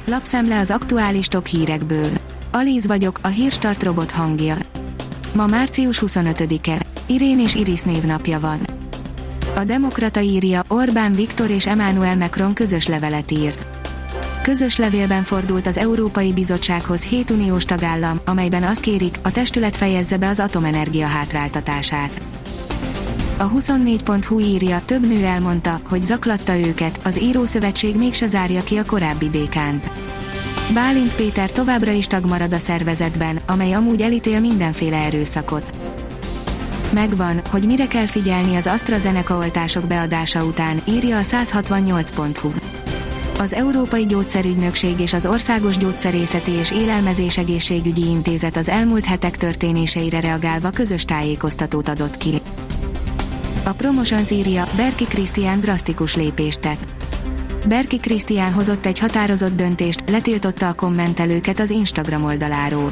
Lapszemle az aktuális top hírekből. Alíz vagyok, a Hírstart robot hangja. Ma március 25-e. Irén és Iris névnapja van. A Demokrata írja, Orbán Viktor és Emmanuel Macron közös levelet írt. Közös levélben fordult az Európai Bizottsághoz 7 uniós tagállam, amelyben azt kérik, a testület fejezze be az atomenergia hátráltatását. A 24.hu írja, több nő elmondta, hogy zaklatta őket, az írószövetség mégse zárja ki a korábbi dékánt. Bálint Péter továbbra is tag marad a szervezetben, amely amúgy elítél mindenféle erőszakot. Megvan, hogy mire kell figyelni az AstraZeneca oltások beadása után, írja a 168.hu. Az Európai Gyógyszerügynökség és az Országos Gyógyszerészeti és Élelmezés-egészségügyi Intézet az elmúlt hetek történéseire reagálva közös tájékoztatót adott ki. A Promotions írja, Berki Krisztián drasztikus lépést tett. Berki Krisztián hozott egy határozott döntést, letiltotta a kommentelőket az Instagram oldaláról.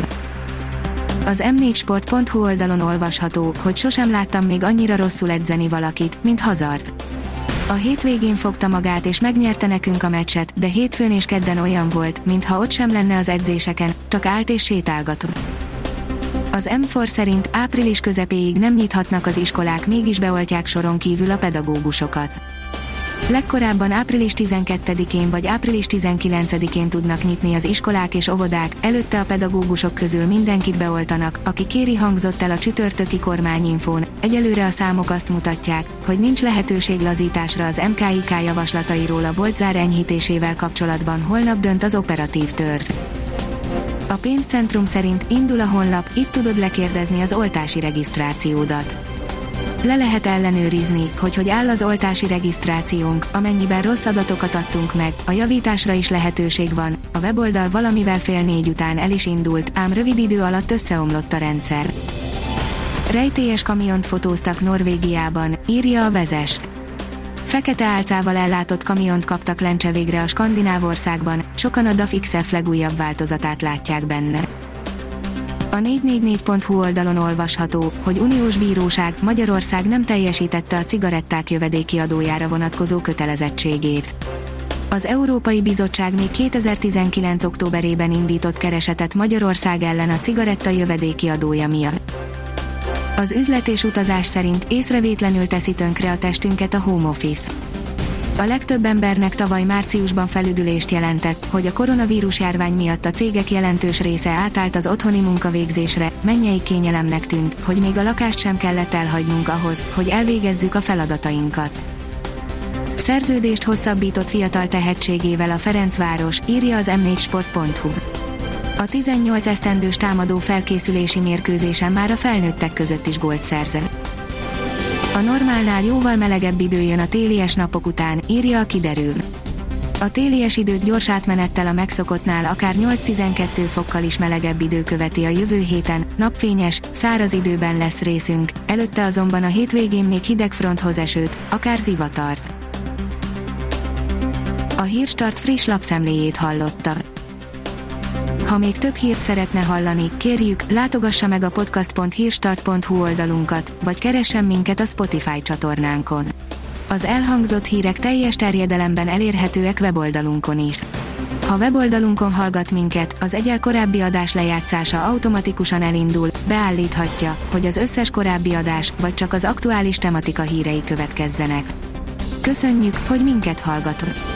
Az m4sport.hu oldalon olvasható, hogy sosem láttam még annyira rosszul edzeni valakit, mint Hazard. A hétvégén fogta magát és megnyerte nekünk a meccset, de hétfőn és kedden olyan volt, mintha ott sem lenne az edzéseken, csak állt és sétálgatott. Az M4 szerint április közepéig nem nyithatnak az iskolák, mégis beoltják soron kívül a pedagógusokat. Legkorábban április 12-én vagy április 19-én tudnak nyitni az iskolák és óvodák, előtte a pedagógusok közül mindenkit beoltanak, aki kéri, hangzott el a csütörtöki kormányinfón. Egyelőre a számok azt mutatják, hogy nincs lehetőség lazításra az MKIK javaslatairól a boltzár enyhítésével kapcsolatban, holnap dönt az operatív terv. A pénzcentrum szerint indul a honlap, itt tudod lekérdezni az oltási regisztrációdat. Le lehet ellenőrizni, hogy áll az oltási regisztrációnk, amennyiben rossz adatokat adtunk meg, a javításra is lehetőség van. A weboldal valamivel 3:30 után el is indult, ám rövid idő alatt összeomlott a rendszer. Rejtélyes kamiont fotóztak Norvégiában, írja a Vezes. Fekete álcával ellátott kamiont kaptak lencse végre a skandináv országban, sokan a DAF XF legújabb változatát látják benne. A 444.hu oldalon olvasható, hogy uniós bíróság, Magyarország nem teljesítette a cigaretták jövedéki adójára vonatkozó kötelezettségét. Az Európai Bizottság még 2019. októberében indított keresetet Magyarország ellen a cigaretta jövedéki adója miatt. Az üzlet és utazás szerint észrevétlenül teszi tönkre a testünket a home office. A legtöbb embernek tavaly márciusban felüdülést jelentett, hogy a koronavírus járvány miatt a cégek jelentős része átállt az otthoni munkavégzésre, mennyei kényelemnek tűnt, hogy még a lakást sem kellett elhagynunk ahhoz, hogy elvégezzük a feladatainkat. Szerződést hosszabbított fiatal tehetségével a Ferencváros, írja az m4sport.hu. A 18 esztendős támadó felkészülési mérkőzésen már a felnőttek között is gólt szerzett. A normálnál jóval melegebb idő jön a télies napok után, írja a Kiderül. A télies időt gyors átmenettel a megszokottnál akár 8-12 fokkal is melegebb idő követi a jövő héten, napfényes, száraz időben lesz részünk, előtte azonban a hétvégén még hideg fronthoz esőt, akár zivatart. A Hírstart friss lapszemléjét hallotta. Ha még több hírt szeretne hallani, kérjük, látogassa meg a podcast.hírstart.hu oldalunkat, vagy keressen minket a Spotify csatornánkon. Az elhangzott hírek teljes terjedelemben elérhetőek weboldalunkon is. Ha weboldalunkon hallgat minket, az egyel korábbi adás lejátszása automatikusan elindul, beállíthatja, hogy az összes korábbi adás, vagy csak az aktuális tematika hírei következzenek. Köszönjük, hogy minket hallgatott!